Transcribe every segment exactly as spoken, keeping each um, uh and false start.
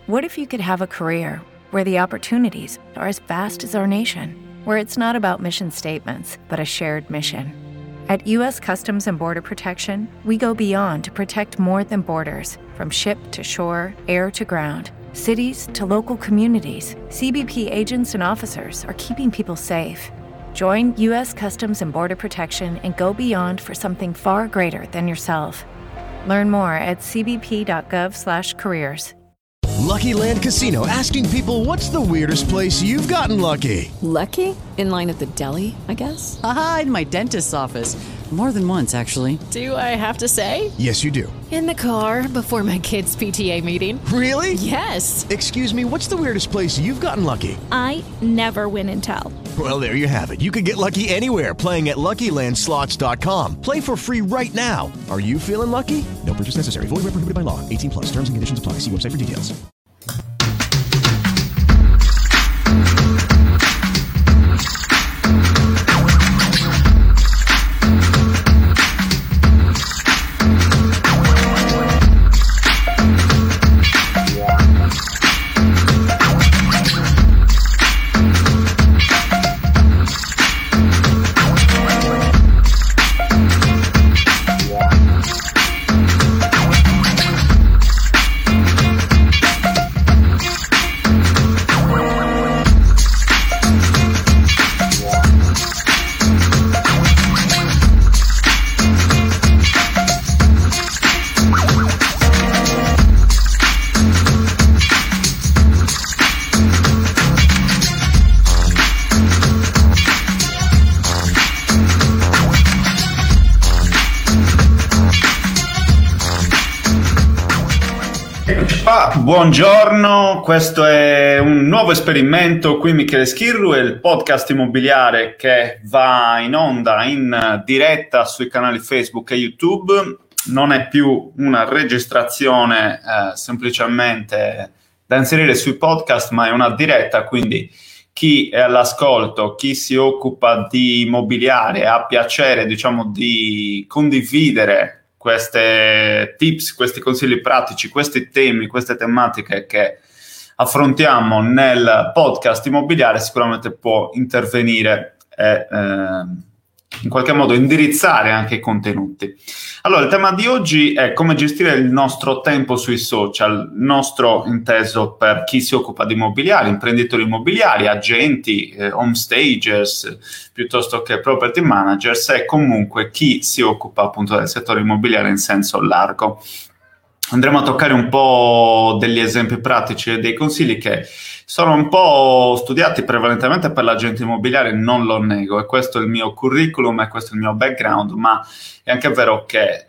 What if you could have a career where the opportunities are as vast as our nation, where it's not about mission statements, but a shared mission? At U S Customs and Border Protection, we go beyond to protect more than borders. From ship to shore, air to ground, cities to local communities, C B P agents and officers are keeping people safe. Join U S Customs and Border Protection and go beyond for something far greater than yourself. Learn more at cbp.gov slash careers. Lucky Land Casino, asking people, what's the weirdest place you've gotten lucky? Lucky? In line at the deli, I guess? Aha, in my dentist's office. More than once, actually. Do I have to say? Yes, you do. In the car before my kids' P T A meeting. Really? Yes. Excuse me, what's the weirdest place you've gotten lucky? I never win and tell. Well, there you have it. You can get lucky anywhere, playing at Lucky Land Slots dot com. Play for free right now. Are you feeling lucky? No purchase necessary. Void where prohibited by law. eighteen plus. Terms and conditions apply. See website for details. Buongiorno, questo è un nuovo esperimento. Qui Michele Schirru è il podcast immobiliare che va in onda in diretta sui canali Facebook e YouTube. Non è più una registrazione eh, semplicemente da inserire sui podcast, ma è una diretta, quindi chi è all'ascolto, chi si occupa di immobiliare ha piacere, diciamo, di condividere queste tips, questi consigli pratici, questi temi, queste tematiche che affrontiamo nel podcast immobiliare, sicuramente può intervenire e eh, in qualche modo indirizzare anche i contenuti. Allora, il tema di oggi è come gestire il nostro tempo sui social, nostro inteso per chi si occupa di immobiliare, imprenditori immobiliari, agenti, eh, home stagers, piuttosto che property managers e comunque chi si occupa appunto del settore immobiliare in senso largo. Andremo a toccare un po' degli esempi pratici e dei consigli che sono un po' studiati prevalentemente per l'agente immobiliare, non lo nego, e questo è il mio curriculum e questo è il mio background, ma è anche vero che, eh,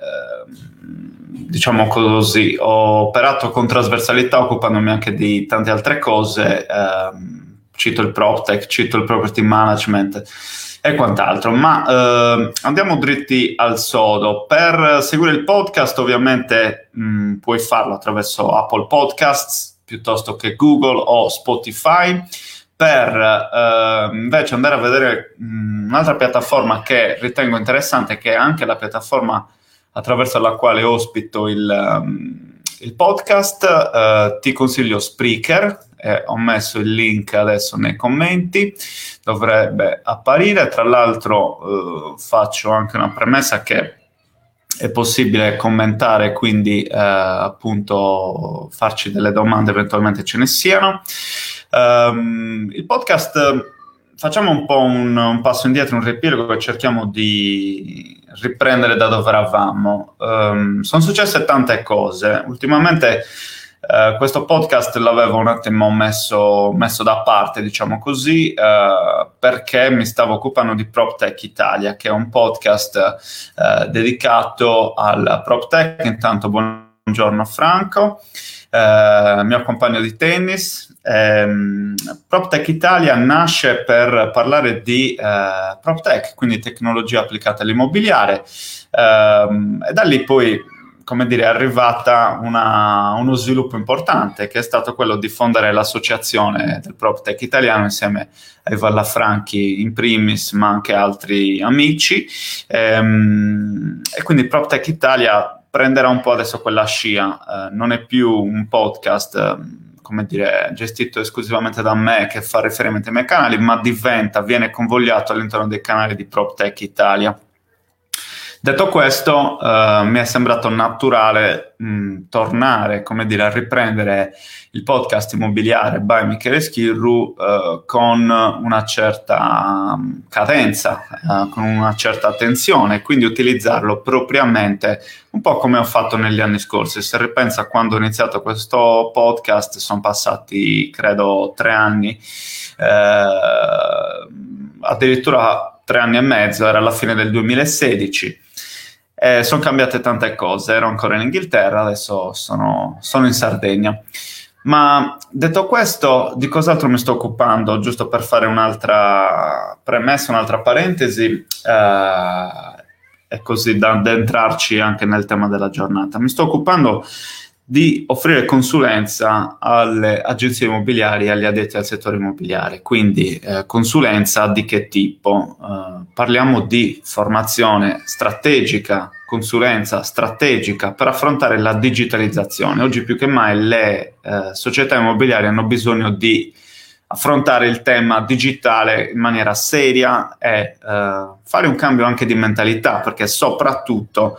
diciamo così, ho operato con trasversalità occupandomi anche di tante altre cose, eh, cito il PropTech, cito il property management e quant'altro, ma eh, andiamo dritti al sodo. Per seguire il podcast ovviamente mh, puoi farlo attraverso Apple Podcasts piuttosto che Google o Spotify. Per eh, invece andare a vedere mh, un'altra piattaforma che ritengo interessante, che è anche la piattaforma attraverso la quale ospito il, um, il podcast, eh, ti consiglio Spreaker. Eh, ho messo il link adesso nei commenti, dovrebbe apparire. Tra l'altro eh, faccio anche una premessa che è possibile commentare, quindi eh, appunto farci delle domande, eventualmente ce ne siano. Um, il podcast, facciamo un po' un, un passo indietro, un riepilogo, e cerchiamo di riprendere da dove eravamo. Um, sono successe tante cose ultimamente. Uh, questo podcast l'avevo un attimo messo, messo da parte, diciamo così, uh, perché mi stavo occupando di PropTech Italia, che è un podcast uh, dedicato al PropTech. Intanto buongiorno Franco, uh, mio compagno di tennis. Um, PropTech Italia nasce per parlare di uh, PropTech, quindi tecnologia applicata all'immobiliare, uh, e da lì poi, come dire, è arrivata una, uno sviluppo importante, che è stato quello di fondare l'associazione del PropTech italiano insieme ai Vallafranchi in primis, ma anche altri amici, ehm, e quindi PropTech Italia prenderà un po' adesso quella scia, eh, non è più un podcast eh, come dire, gestito esclusivamente da me, che fa riferimento ai miei canali, ma diventa, viene convogliato all'interno dei canali di PropTech Italia. Detto questo, eh, mi è sembrato naturale mh, tornare, come dire, a riprendere il podcast immobiliare by Michele Schirru eh, con una certa um, cadenza, eh, con una certa attenzione, quindi utilizzarlo propriamente, un po' come ho fatto negli anni scorsi. Se ripensa a quando ho iniziato questo podcast, sono passati, credo, tre anni, eh, addirittura tre anni e mezzo, era la fine del duemilasedici. Eh, sono cambiate tante cose, ero ancora in Inghilterra, adesso sono, sono in Sardegna. Ma detto questo, di cos'altro mi sto occupando? Giusto per fare un'altra premessa, un'altra parentesi, eh, e così da addentrarci anche nel tema della giornata. Mi sto occupando di offrire consulenza alle agenzie immobiliari e agli addetti al settore immobiliare. Quindi eh, consulenza di che tipo? Eh, parliamo di formazione strategica, consulenza strategica per affrontare la digitalizzazione. Oggi più che mai le eh, società immobiliari hanno bisogno di affrontare il tema digitale in maniera seria e eh, fare un cambio anche di mentalità, perché soprattutto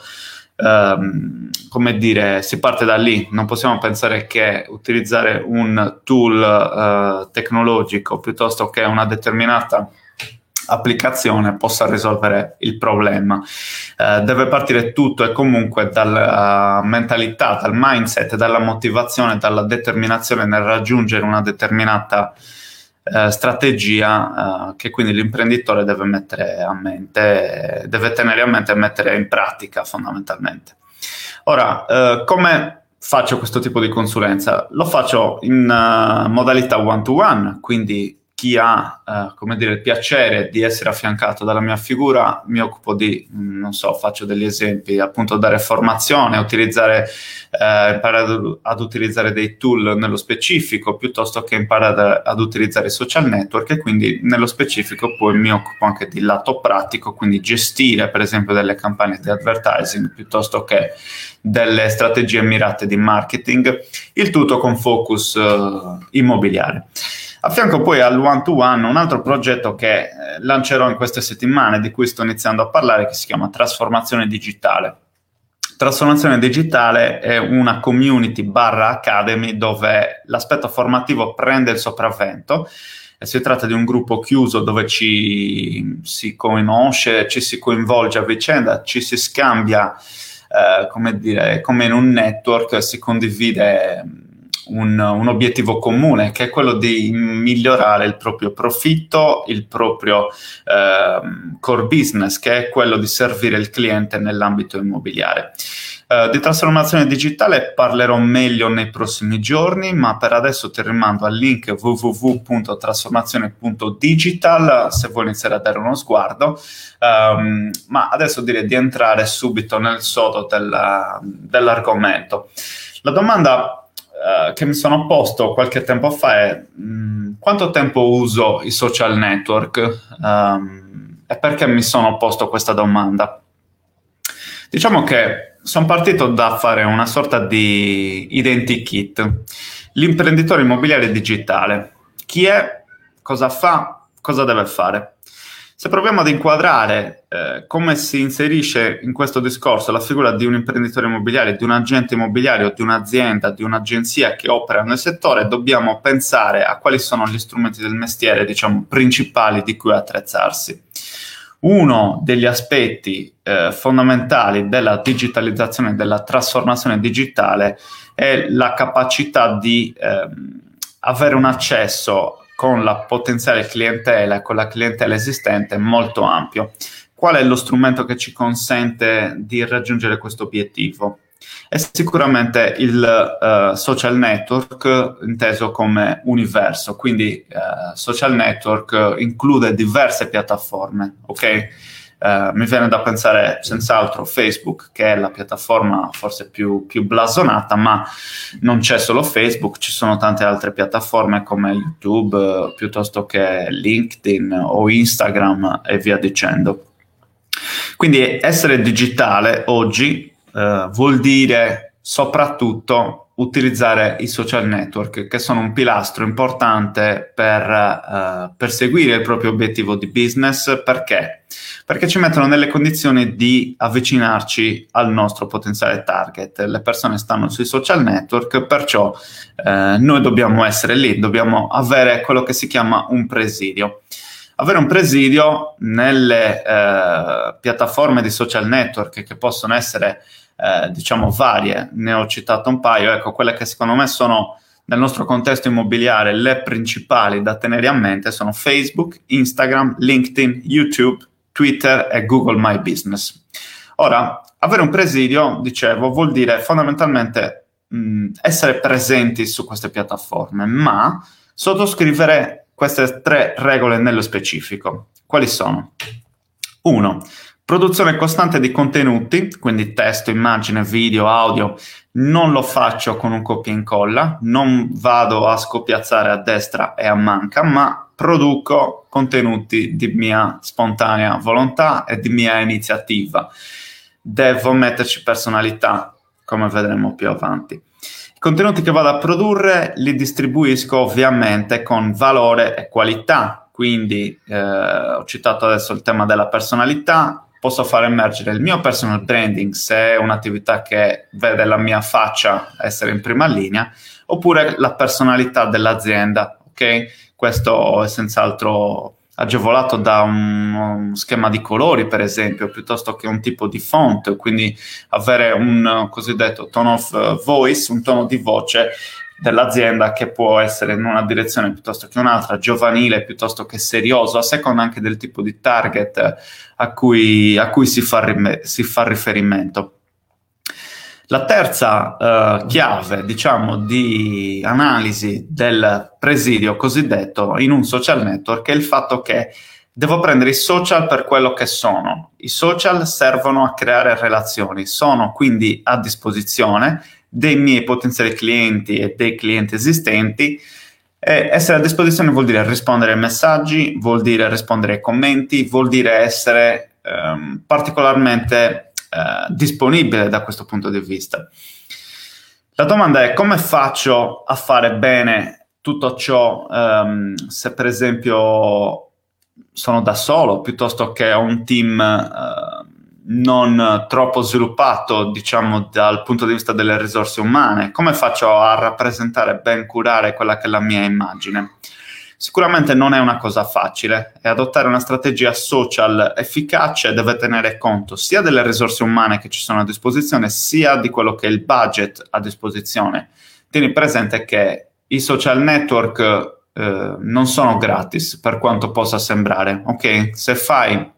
Um, come dire, si parte da lì. Non possiamo pensare che utilizzare un tool uh, tecnologico piuttosto che una determinata applicazione possa risolvere il problema. Uh, deve partire tutto e comunque dalla mentalità, dal mindset, dalla motivazione, dalla determinazione nel raggiungere una determinata Uh, strategia uh, che quindi l'imprenditore deve mettere a mente, deve tenere a mente e mettere in pratica fondamentalmente. Ora, uh, come faccio questo tipo di consulenza? Lo faccio in uh, modalità one to one, quindi chi ha, uh, come dire, il piacere di essere affiancato dalla mia figura, mi occupo di, non so, faccio degli esempi, appunto dare formazione, utilizzare, eh, imparare ad utilizzare dei tool nello specifico, piuttosto che imparare ad utilizzare i social network, e quindi nello specifico poi mi occupo anche di lato pratico, quindi gestire per esempio delle campagne di advertising, piuttosto che delle strategie mirate di marketing, il tutto con focus uh, immobiliare. A fianco poi al one to one un altro progetto che eh, lancerò in queste settimane, di cui sto iniziando a parlare, che si chiama Trasformazione Digitale. Trasformazione Digitale è una community barra academy dove l'aspetto formativo prende il sopravvento, e si tratta di un gruppo chiuso dove ci si conosce, ci si coinvolge a vicenda, ci si scambia, eh, come dire, come in un network, si condivide Un, un obiettivo comune, che è quello di migliorare il proprio profitto, il proprio eh, core business, che è quello di servire il cliente nell'ambito immobiliare. Eh, di trasformazione digitale parlerò meglio nei prossimi giorni, ma per adesso ti rimando al link w w w punto trasformazione punto digital se vuoi iniziare a dare uno sguardo, um, ma adesso direi di entrare subito nel sodo della, dell'argomento. La domanda Uh, che mi sono posto qualche tempo fa è mh, quanto tempo uso i social network, um, e perché mi sono posto questa domanda? Diciamo che sono partito da fare una sorta di identikit, l'imprenditore immobiliare digitale. Chi è, cosa fa, cosa deve fare? Se proviamo ad inquadrare eh, come si inserisce in questo discorso la figura di un imprenditore immobiliare, di un agente immobiliare o di un'azienda, di un'agenzia che opera nel settore, dobbiamo pensare a quali sono gli strumenti del mestiere, diciamo, principali di cui attrezzarsi. Uno degli aspetti eh, fondamentali della digitalizzazione, della trasformazione digitale, è la capacità di eh, avere un accesso con la potenziale clientela e con la clientela esistente molto ampio. Qual è lo strumento che ci consente di raggiungere questo obiettivo? È sicuramente il uh, social network, inteso come universo, quindi uh, social network include diverse piattaforme, ok? Uh, mi viene da pensare senz'altro Facebook, che è la piattaforma forse più, più blasonata, ma non c'è solo Facebook, ci sono tante altre piattaforme come YouTube, uh, piuttosto che LinkedIn o Instagram e via dicendo. Quindi essere digitale oggi uh, vuol dire soprattutto utilizzare i social network, che sono un pilastro importante per uh, perseguire il proprio obiettivo di business. Perché? Perché ci mettono nelle condizioni di avvicinarci al nostro potenziale target. Le persone stanno sui social network, perciò uh, noi dobbiamo essere lì, dobbiamo avere quello che si chiama un presidio. Avere un presidio nelle uh, piattaforme di social network, che possono essere Eh, diciamo varie, ne ho citato un paio, ecco, quelle che secondo me sono nel nostro contesto immobiliare le principali da tenere a mente sono Facebook, Instagram, LinkedIn, YouTube, Twitter e Google My Business. Ora, avere un presidio, dicevo, vuol dire fondamentalmente mh, essere presenti su queste piattaforme, ma sottoscrivere queste tre regole nello specifico. Quali sono? Uno, produzione costante di contenuti, quindi testo, immagine, video, audio. Non lo faccio con un copia e incolla, non vado a scopiazzare a destra e a manca, ma produco contenuti di mia spontanea volontà e di mia iniziativa. Devo metterci personalità, come vedremo più avanti. I contenuti che vado a produrre li distribuisco ovviamente con valore e qualità, quindi eh, ho citato adesso il tema della personalità. Posso far emergere il mio personal branding se è un'attività che vede la mia faccia essere in prima linea, oppure la personalità dell'azienda, ok? Questo è senz'altro agevolato da un, un schema di colori, per esempio, piuttosto che un tipo di font, quindi avere un cosiddetto tone of voice, un tono di voce dell'azienda che può essere in una direzione piuttosto che un'altra, giovanile piuttosto che serioso, a seconda anche del tipo di target a cui, a cui si, fa rime, si fa riferimento. La terza uh, chiave, diciamo, di analisi del presidio cosiddetto in un social network è il fatto che devo prendere i social per quello che sono. I social servono a creare relazioni, sono quindi a disposizione dei miei potenziali clienti e dei clienti esistenti. E essere a disposizione vuol dire rispondere ai messaggi, vuol dire rispondere ai commenti, vuol dire essere ehm, particolarmente eh, disponibile da questo punto di vista. La domanda è: come faccio a fare bene tutto ciò ehm, se per esempio sono da solo, piuttosto che ho un team eh, non troppo sviluppato, diciamo, dal punto di vista delle risorse umane? Come faccio a rappresentare, ben curare quella che è la mia immagine? Sicuramente non è una cosa facile e adottare una strategia social efficace deve tenere conto sia delle risorse umane che ci sono a disposizione, sia di quello che è il budget a disposizione. Tieni presente che i social network eh, non sono gratis, per quanto possa sembrare, ok? Se fai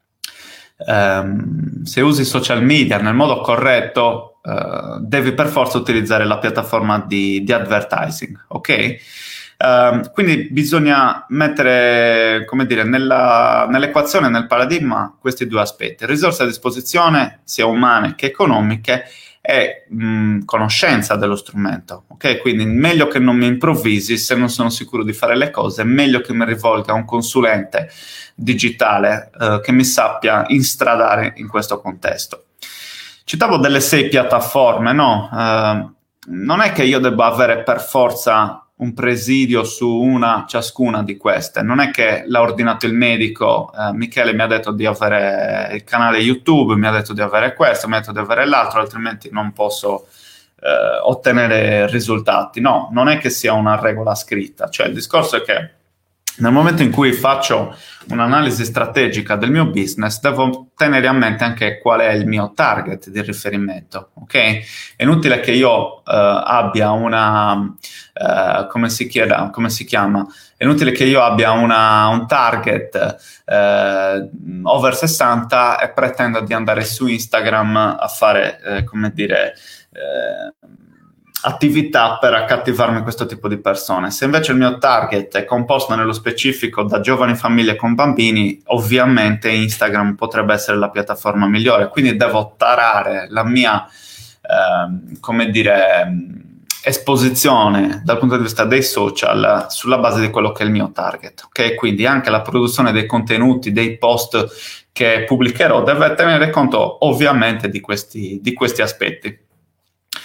Um, se usi social media nel modo corretto, uh, devi per forza utilizzare la piattaforma di, di advertising, ok? Um, quindi bisogna mettere, come dire, nella, nell'equazione, nel paradigma, questi due aspetti: risorse a disposizione sia umane che economiche e mh, conoscenza dello strumento, ok? Quindi meglio che non mi improvvisi se non sono sicuro di fare le cose, meglio che mi rivolga a un consulente digitale eh, che mi sappia instradare in questo contesto. Citavo delle sei piattaforme, no? Eh, non è che io debba avere per forza un presidio su una ciascuna di queste, non è che l'ha ordinato il medico, eh, Michele mi ha detto di avere il canale YouTube, mi ha detto di avere questo, mi ha detto di avere l'altro, altrimenti non posso eh, ottenere risultati. No, non è che sia una regola scritta, cioè il discorso è che nel momento in cui faccio un'analisi strategica del mio business, devo tenere a mente anche qual è il mio target di riferimento, ok? È inutile che io uh, abbia una, uh, come si chieda, come si chiama? È inutile che io abbia una, un target uh, over sessanta e pretenda di andare su Instagram a fare, uh, come dire, uh, attività per accattivarmi questo tipo di persone. Se invece il mio target è composto nello specifico da giovani famiglie con bambini, ovviamente Instagram potrebbe essere la piattaforma migliore, quindi devo tarare la mia eh, come dire esposizione dal punto di vista dei social sulla base di quello che è il mio target, ok? Quindi anche la produzione dei contenuti, dei post che pubblicherò deve tenere conto ovviamente di questi, di questi aspetti.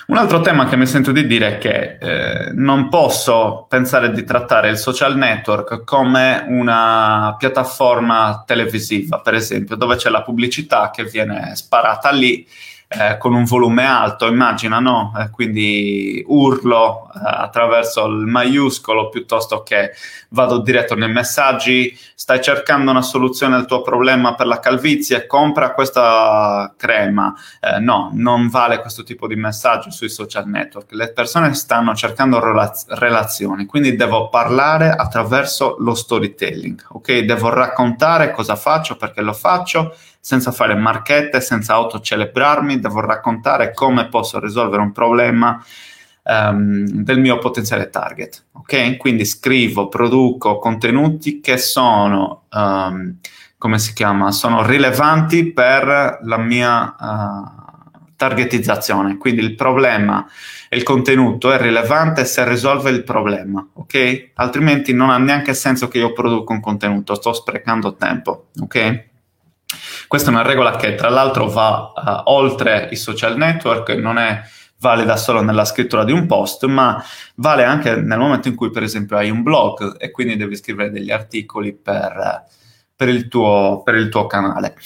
Un altro tema che mi sento di dire è che eh, non posso pensare di trattare il social network come una piattaforma televisiva, per esempio, dove c'è la pubblicità che viene sparata lì eh, con un volume alto, immagina, no? Eh, quindi urlo eh, attraverso il maiuscolo piuttosto che vado diretto nei messaggi, stai cercando una soluzione al tuo problema per la calvizie, compra questa crema. Eh, no, non vale questo tipo di messaggio sui social network. Le persone stanno cercando relaz- relazioni, quindi devo parlare attraverso lo storytelling, ok? Devo raccontare cosa faccio, perché lo faccio, senza fare marchette, senza autocelebrarmi, devo raccontare come posso risolvere un problema um, del mio potenziale target, ok? Quindi scrivo, produco contenuti che sono, um, come si chiama, sono rilevanti per la mia uh, targetizzazione, quindi il problema e il contenuto è rilevante se risolve il problema, ok? Altrimenti non ha neanche senso che io produca un contenuto, sto sprecando tempo, ok? Questa è una regola che tra l'altro va uh, oltre i social network, non è valida solo nella scrittura di un post, ma vale anche nel momento in cui per esempio hai un blog e quindi devi scrivere degli articoli per, per, il, tuo, per il tuo canale.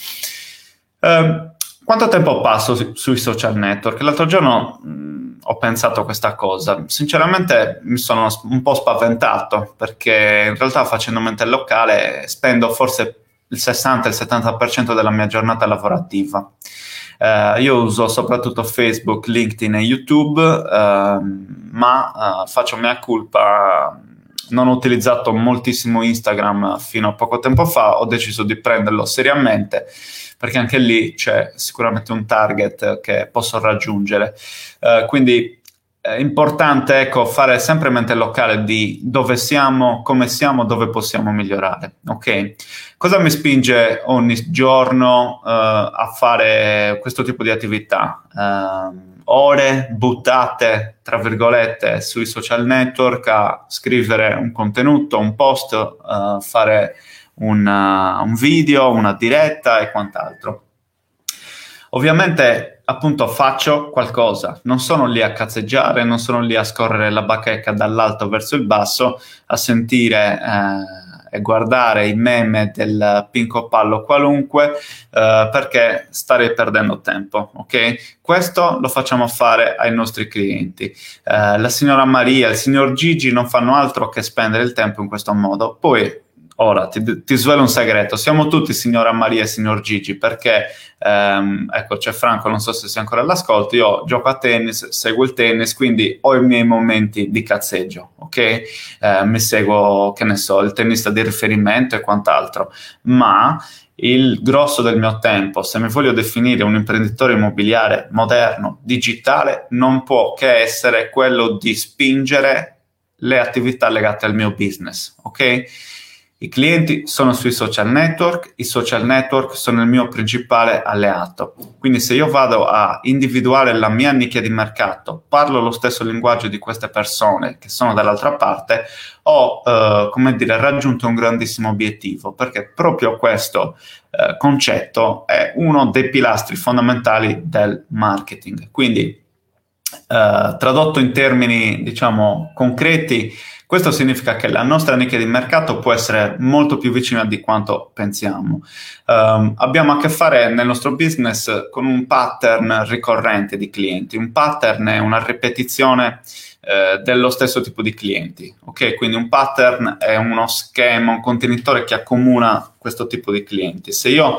Uh, quanto tempo passo su, sui social network? L'altro giorno mh, ho pensato a questa cosa. Sinceramente mi sono un po' spaventato, perché in realtà facendo mente locale spendo forse il sessanta il settanta per cento della mia giornata lavorativa. Uh, io uso soprattutto Facebook, LinkedIn e YouTube, uh, ma uh, faccio mea culpa, non ho utilizzato moltissimo Instagram fino a poco tempo fa, ho deciso di prenderlo seriamente, perché anche lì c'è sicuramente un target che posso raggiungere. Uh, quindi è importante, ecco, fare sempre mente locale di dove siamo, come siamo, dove possiamo migliorare, ok? Cosa mi spinge ogni giorno uh, a fare questo tipo di attività? Uh, ore buttate, tra virgolette, sui social network a scrivere un contenuto, un post, uh, fare una, un video, una diretta e quant'altro. Ovviamente, appunto, faccio qualcosa, non sono lì a cazzeggiare, non sono lì a scorrere la bacheca dall'alto verso il basso, a sentire eh, e guardare i meme del Pinco Pallo qualunque, eh, perché starei perdendo tempo, ok? Questo lo facciamo fare ai nostri clienti. Eh, la signora Maria, il signor Gigi non fanno altro che spendere il tempo in questo modo. Poi, ora, ti, ti svelo un segreto, siamo tutti signora Maria e signor Gigi, perché, ehm, ecco, c'è Franco, non so se sei ancora all'ascolto, io gioco a tennis, seguo il tennis, quindi ho i miei momenti di cazzeggio, ok? Eh, mi seguo, che ne so, il tennista di riferimento e quant'altro, ma il grosso del mio tempo, se mi voglio definire un imprenditore immobiliare moderno, digitale, non può che essere quello di spingere le attività legate al mio business, ok? I clienti sono sui social network, i social network sono il mio principale alleato. Quindi se io vado a individuare la mia nicchia di mercato, parlo lo stesso linguaggio di queste persone che sono dall'altra parte, ho, eh, come dire, raggiunto un grandissimo obiettivo, perché proprio questo eh, concetto è uno dei pilastri fondamentali del marketing. Quindi, eh, tradotto in termini, diciamo, concreti, questo significa che la nostra nicchia di mercato può essere molto più vicina di quanto pensiamo. Um, abbiamo a che fare nel nostro business con un pattern ricorrente di clienti. Un pattern è una ripetizione eh, dello stesso tipo di clienti. Ok? Quindi un pattern è uno schema, un contenitore che accomuna questo tipo di clienti. Se io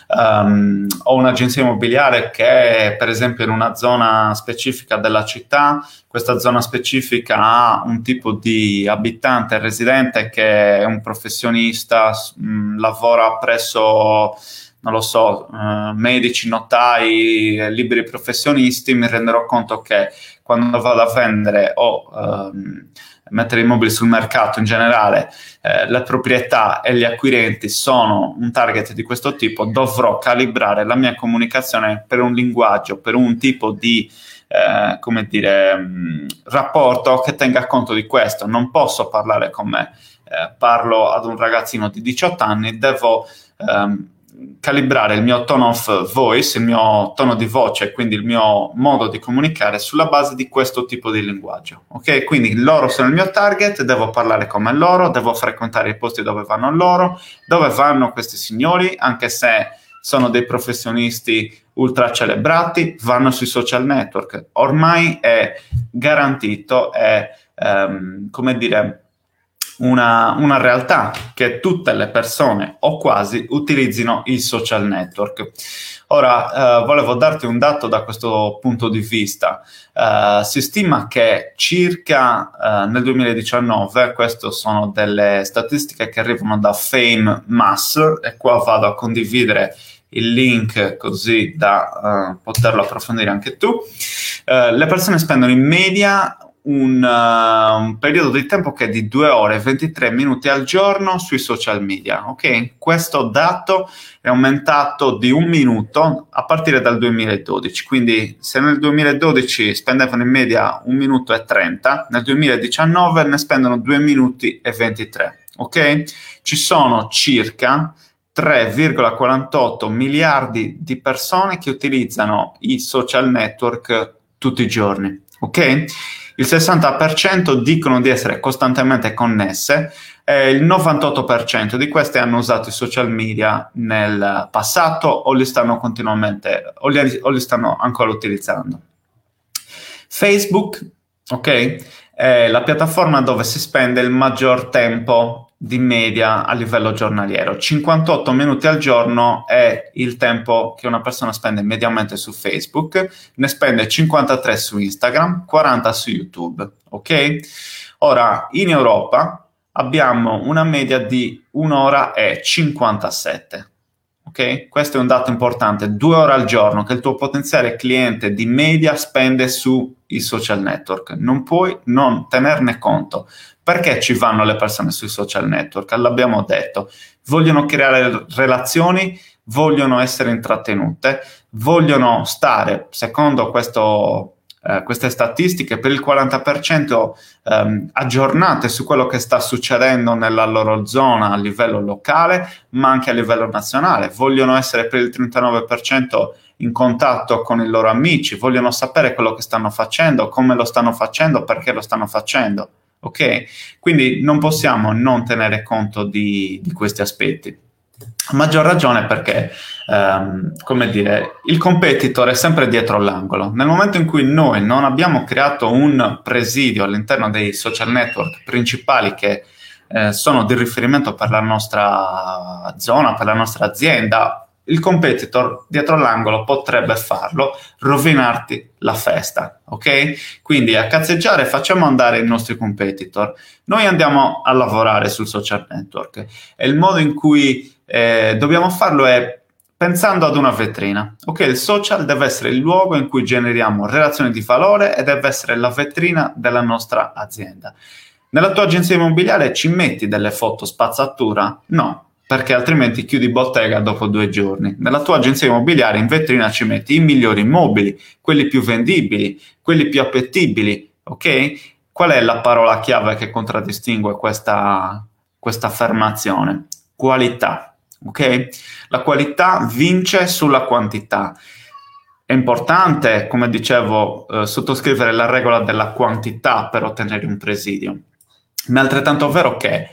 um, ho un'agenzia immobiliare che è per esempio in una zona specifica della città, questa zona specifica ha un tipo di abitante, residente che è un professionista, mh, lavora presso, non lo so, uh, medici, notai, liberi professionisti, mi renderò conto che quando vado a vendere o um, mettere immobili sul mercato in generale, eh, le proprietà e gli acquirenti sono un target di questo tipo, dovrò calibrare la mia comunicazione per un linguaggio, per un tipo di eh, come dire, mh, rapporto che tenga conto di questo. Non posso parlare come eh, parlo ad un ragazzino di diciotto anni, devo ehm, calibrare il mio tone of voice, il mio tono di voce, quindi il mio modo di comunicare sulla base di questo tipo di linguaggio, ok? Quindi loro sono il mio target, devo parlare come loro, devo frequentare i posti dove vanno loro, dove vanno questi signori, anche se sono dei professionisti ultra celebrati, vanno sui social network. Ormai è garantito, è, um, come dire, Una, una realtà che tutte le persone o quasi utilizzino i social network. Ora, eh, volevo darti un dato da questo punto di vista. Eh, si stima che circa eh, nel duemiladiciannove, queste sono delle statistiche che arrivano da Fame Mass, e qua vado a condividere il link così da uh, poterlo approfondire anche tu. Uh, le persone spendono in media Un, uh, un periodo di tempo che è di due ore e ventitré minuti al giorno sui social media, ok? Questo dato è aumentato di un minuto a partire dal duemiladodici, quindi se nel duemiladodici spendevano in media un minuto e trenta, nel duemiladiciannove ne spendono due minuti e ventitré, ok? Ci sono circa tre virgola quarantotto miliardi di persone che utilizzano i social network tutti i giorni, ok? Il sessanta per cento dicono di essere costantemente connesse e il novantotto per cento di queste hanno usato i social media nel passato o li stanno continuamente o li, o li stanno ancora utilizzando. Facebook, ok, è la piattaforma dove si spende il maggior tempo di media a livello giornaliero. cinquantotto minuti al giorno è il tempo che una persona spende mediamente su Facebook, ne spende cinquantatré su Instagram, quaranta su YouTube, ok? Ora, in Europa abbiamo una media di un'ora e cinquantasette, ok? Questo è un dato importante, due ore al giorno che il tuo potenziale cliente di media spende sui social network. Non puoi non tenerne conto. Perché ci vanno le persone sui social network? L'abbiamo detto, vogliono creare relazioni, vogliono essere intrattenute, vogliono stare, secondo questo, eh, queste statistiche, per il quaranta per cento ehm, aggiornate su quello che sta succedendo nella loro zona a livello locale, ma anche a livello nazionale. Vogliono essere per il trentanove per cento in contatto con i loro amici, vogliono sapere quello che stanno facendo, come lo stanno facendo, perché lo stanno facendo. Ok, quindi non possiamo non tenere conto di, di questi aspetti. A maggior ragione perché, um, come dire, il competitor è sempre dietro l'angolo. Nel momento in cui noi non abbiamo creato un presidio all'interno dei social network principali che eh, sono di riferimento per la nostra zona, per la nostra azienda, il competitor dietro l'angolo potrebbe farlo, rovinarti la festa, ok? Quindi a cazzeggiare facciamo andare i nostri competitor. Noi andiamo a lavorare sul social network e il modo in cui eh, dobbiamo farlo è pensando ad una vetrina, ok? Il social deve essere il luogo in cui generiamo relazioni di valore e deve essere la vetrina della nostra azienda. Nella tua agenzia immobiliare ci metti delle foto spazzatura? No. Perché altrimenti chiudi bottega dopo due giorni. Nella tua agenzia immobiliare in vetrina ci metti i migliori immobili, quelli più vendibili, quelli più appetibili, ok? Qual è la parola chiave che contraddistingue questa, questa affermazione? Qualità, ok? La qualità vince sulla quantità. È importante, come dicevo, eh, sottoscrivere la regola della quantità per ottenere un presidio, ma è altrettanto vero che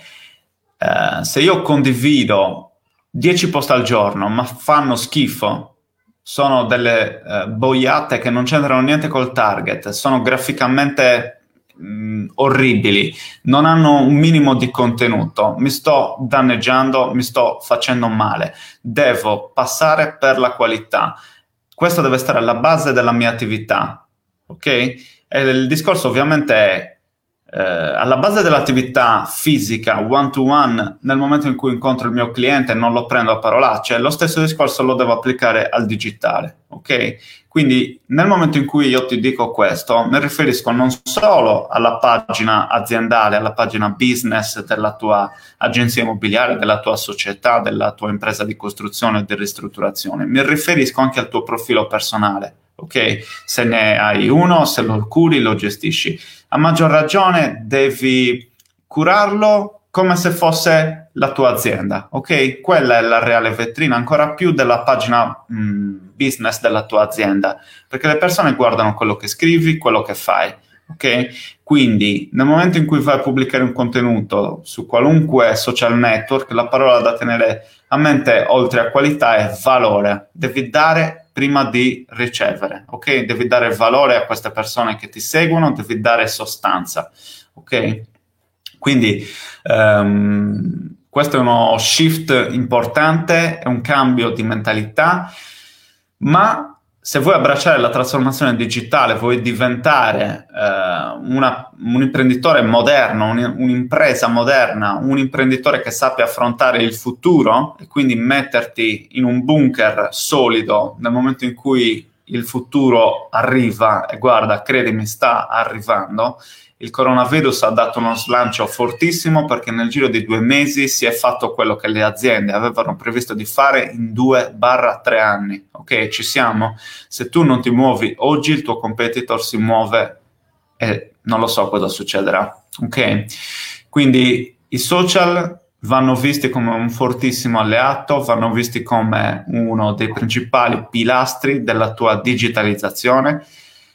Uh, se io condivido dieci post al giorno ma fanno schifo, sono delle uh, boiate che non c'entrano niente col target, sono graficamente mh, orribili, non hanno un minimo di contenuto, mi sto danneggiando, mi sto facendo male. Devo passare per la qualità. Questo deve stare alla base della mia attività, ok? E il discorso ovviamente è Eh, alla base dell'attività fisica one to one, nel momento in cui incontro il mio cliente non lo prendo a parolacce, lo stesso discorso lo devo applicare al digitale, ok? Quindi nel momento in cui io ti dico questo, mi riferisco non solo alla pagina aziendale, alla pagina business della tua agenzia immobiliare, della tua società, della tua impresa di costruzione e di ristrutturazione, mi riferisco anche al tuo profilo personale, ok? Se ne hai uno, se lo curi, lo gestisci. A maggior ragione devi curarlo come se fosse la tua azienda, ok? Quella è la reale vetrina, ancora più della pagina mh, business della tua azienda, perché le persone guardano quello che scrivi, quello che fai, ok? Quindi nel momento in cui vai a pubblicare un contenuto su qualunque social network, la parola da tenere a mente oltre a qualità è valore. Devi dare prima di ricevere, ok? Devi dare valore a queste persone che ti seguono, devi dare sostanza, ok? Quindi um, questo è uno shift importante, è un cambio di mentalità, ma se vuoi abbracciare la trasformazione digitale, vuoi diventare uh, una, un imprenditore moderno, un, un'impresa moderna, un imprenditore che sappia affrontare il futuro e quindi metterti in un bunker solido nel momento in cui il futuro arriva, e guarda, credimi, sta arrivando. Il coronavirus ha dato uno slancio fortissimo perché nel giro di due mesi si è fatto quello che le aziende avevano previsto di fare in due barra tre anni. Ok, ci siamo? Se tu non ti muovi oggi, il tuo competitor si muove e non lo so cosa succederà. Ok? Quindi i social vanno visti come un fortissimo alleato, vanno visti come uno dei principali pilastri della tua digitalizzazione.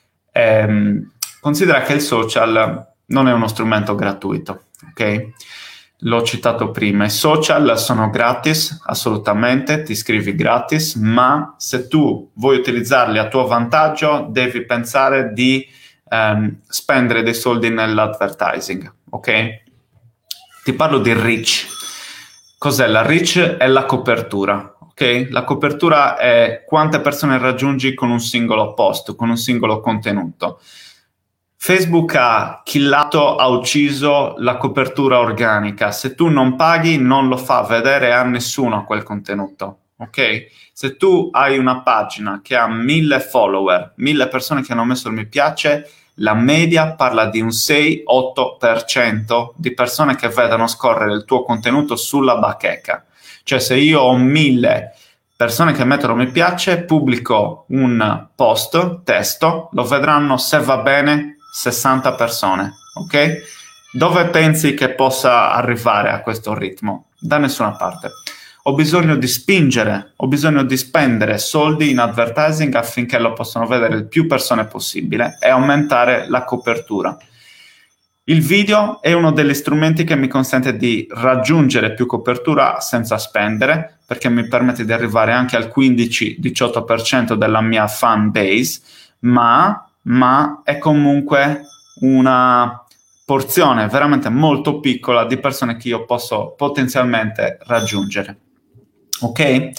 Ehm, Considera che il social non è uno strumento gratuito, ok? L'ho citato prima, i social sono gratis, assolutamente, ti iscrivi gratis, ma se tu vuoi utilizzarli a tuo vantaggio devi pensare di ehm, spendere dei soldi nell'advertising, ok? Ti parlo di reach. Cos'è la reach? È la copertura. Okay? La copertura è quante persone raggiungi con un singolo post, con un singolo contenuto. Facebook ha killato, ha ucciso la copertura organica. Se tu non paghi, non lo fa vedere a nessuno quel contenuto. Ok? Se tu hai una pagina che ha mille follower, mille persone che hanno messo il mi piace, la media parla di un sei otto per cento di persone che vedono scorrere il tuo contenuto sulla bacheca. Cioè, se io ho mille persone che mettono mi piace, pubblico un post, testo, lo vedranno, se va bene, sessanta persone, ok? Dove pensi che possa arrivare a questo ritmo? Da nessuna parte. Ho bisogno di spingere, ho bisogno di spendere soldi in advertising affinché lo possano vedere il più persone possibile e aumentare la copertura. Il video è uno degli strumenti che mi consente di raggiungere più copertura senza spendere, perché mi permette di arrivare anche al quindici diciotto per cento della mia fan base, ma ma è comunque una porzione veramente molto piccola di persone che io posso potenzialmente raggiungere. Ok?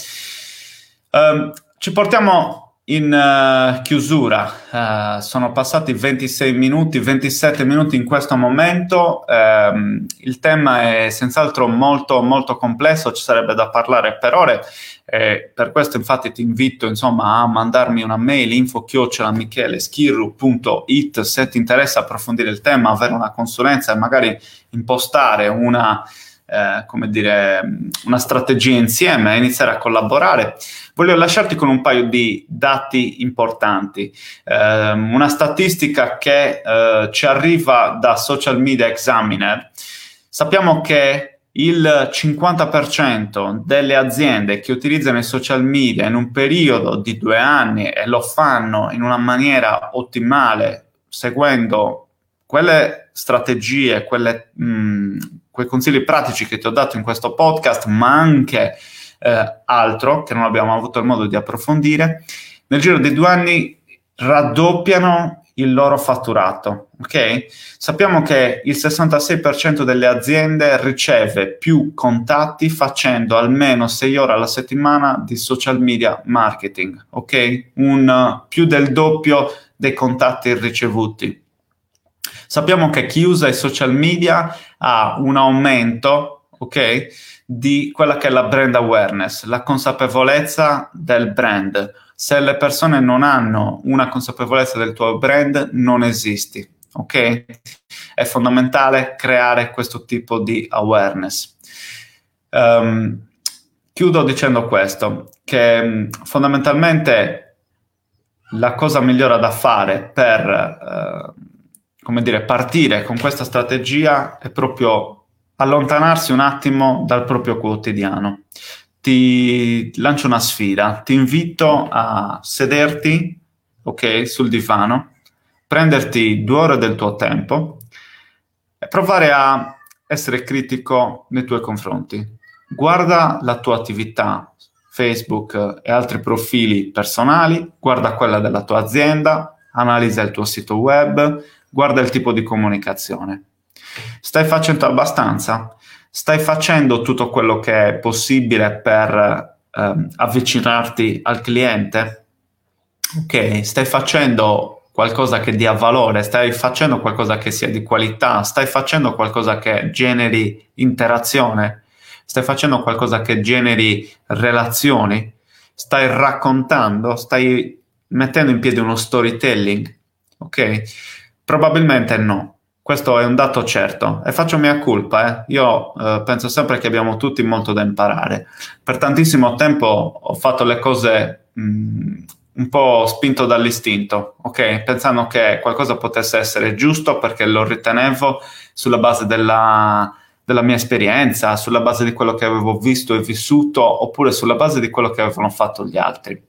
Um, ci portiamo in uh, chiusura. Uh, sono passati ventisei minuti, ventisette minuti in questo momento. Um, il tema è senz'altro molto molto complesso, ci sarebbe da parlare per ore. Eh, per questo infatti ti invito insomma a mandarmi una mail info chiocciola michele schirru punto it se ti interessa approfondire il tema, avere una consulenza e magari impostare una eh, come dire una strategia insieme e iniziare a collaborare. Voglio lasciarti con un paio di dati importanti, eh, una statistica che eh, ci arriva da Social Media Examiner. Sappiamo che il cinquanta per cento delle aziende che utilizzano i social media in un periodo di due anni e lo fanno in una maniera ottimale, seguendo quelle strategie, quelle, mh, quei consigli pratici che ti ho dato in questo podcast, ma anche eh, altro che non abbiamo avuto il modo di approfondire, nel giro di due anni raddoppiano il loro fatturato, ok? Sappiamo che il sessantasei per cento delle aziende riceve più contatti facendo almeno sei ore alla settimana di social media marketing, ok? Un uh, più del doppio dei contatti ricevuti. Sappiamo che chi usa i social media ha un aumento, ok, di quella che è la brand awareness, la consapevolezza del brand. Se le persone non hanno una consapevolezza del tuo brand, non esisti, ok? È fondamentale creare questo tipo di awareness. Um, chiudo dicendo questo, che um, fondamentalmente la cosa migliore da fare per, uh, come dire, partire con questa strategia è proprio allontanarsi un attimo dal proprio quotidiano. Ti lancio una sfida, ti invito a sederti, ok, sul divano, prenderti due ore del tuo tempo e provare a essere critico nei tuoi confronti. Guarda la tua attività, Facebook e altri profili personali, guarda quella della tua azienda, analizza il tuo sito web, guarda il tipo di comunicazione. Stai facendo abbastanza? Stai facendo tutto quello che è possibile per eh, avvicinarti al cliente? Ok, stai facendo qualcosa che dia valore, stai facendo qualcosa che sia di qualità, stai facendo qualcosa che generi interazione, stai facendo qualcosa che generi relazioni, stai raccontando, stai mettendo in piedi uno storytelling, ok? Probabilmente no. Questo è un dato certo e faccio mia colpa. Eh. Io eh, penso sempre che abbiamo tutti molto da imparare. Per tantissimo tempo ho fatto le cose mh, un po' spinto dall'istinto, ok? Pensando che qualcosa potesse essere giusto perché lo ritenevo sulla base della, della mia esperienza, sulla base di quello che avevo visto e vissuto, oppure sulla base di quello che avevano fatto gli altri.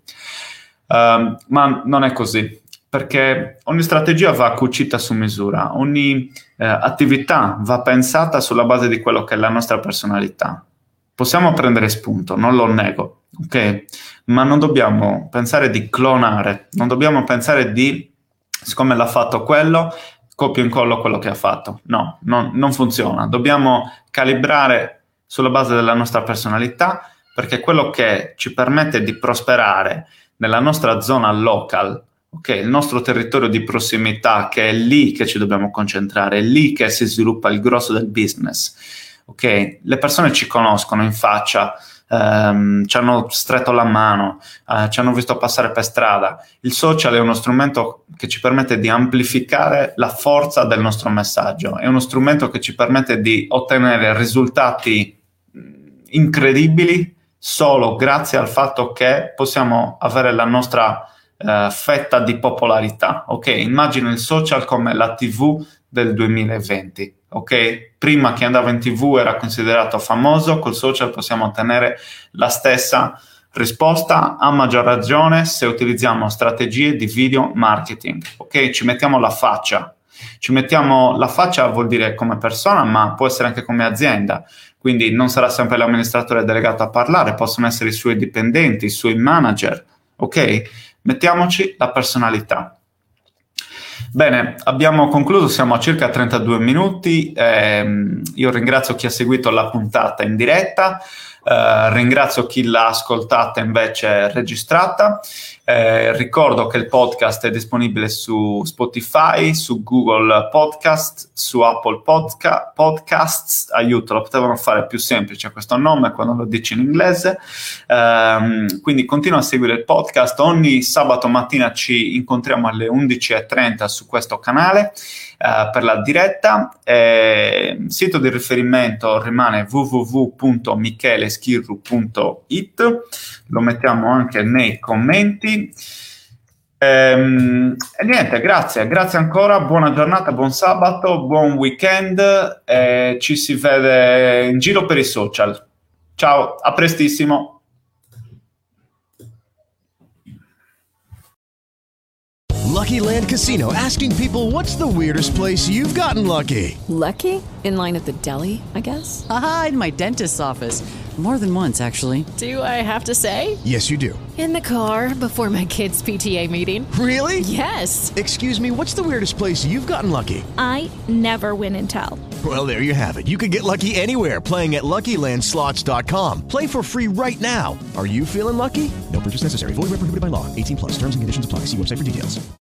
Um, ma non è così. Perché ogni strategia va cucita su misura, ogni eh, attività va pensata sulla base di quello che è la nostra personalità. Possiamo prendere spunto, non lo nego, ok? Ma non dobbiamo pensare di clonare, non dobbiamo pensare di, siccome l'ha fatto quello, copio e incollo quello che ha fatto. No, non, non funziona. Dobbiamo calibrare sulla base della nostra personalità, perché è quello che ci permette di prosperare nella nostra zona local, ok, il nostro territorio di prossimità, che è lì che ci dobbiamo concentrare, è lì che si sviluppa il grosso del business, ok? Le persone ci conoscono in faccia, ehm, ci hanno stretto la mano, eh, ci hanno visto passare per strada. Il social è uno strumento che ci permette di amplificare la forza del nostro messaggio, è uno strumento che ci permette di ottenere risultati incredibili solo grazie al fatto che possiamo avere la nostra Uh, fetta di popolarità, ok? Immagino il social come la tivù del duemilaventi, ok? Prima che andava in tivù era considerato famoso, col social possiamo ottenere la stessa risposta, a maggior ragione se utilizziamo strategie di video marketing, ok? Ci mettiamo la faccia, ci mettiamo la faccia vuol dire come persona, ma può essere anche come azienda, quindi non sarà sempre l'amministratore delegato a parlare, possono essere i suoi dipendenti, i suoi manager, ok? Mettiamoci la personalità. Bene, abbiamo concluso, siamo a circa trentadue minuti. Eh, io ringrazio chi ha seguito la puntata in diretta, eh, ringrazio chi l'ha ascoltata invece registrata. Eh, ricordo che il podcast è disponibile su Spotify, su Google Podcast, su Apple Podca- Podcasts. Aiuto, lo potevano fare più semplice questo nome quando lo dici in inglese. Eh, quindi continua a seguire il podcast. Ogni sabato mattina ci incontriamo alle undici e trenta su questo canale eh, per la diretta. Eh, il sito di riferimento rimane w w w punto michele schirru punto it, lo mettiamo anche nei commenti. Ehm, e niente, grazie, grazie ancora, buona giornata, buon sabato, buon weekend, e ci si vede in giro per i social. Ciao, a prestissimo. Lucky Land Casino, asking people, what's the weirdest place you've gotten lucky? Lucky? In line at the deli, I guess? Aha, in my dentist's office. More than once, actually. Do I have to say? Yes, you do. In the car before my kids' P T A meeting. Really? Yes. Excuse me, what's the weirdest place you've gotten lucky? I never win and tell. Well, there you have it. You can get lucky anywhere, playing at lucky land slots dot com. Play for free right now. Are you feeling lucky? No purchase necessary. Void where prohibited by law. eighteen plus. Terms and conditions apply. See website for details.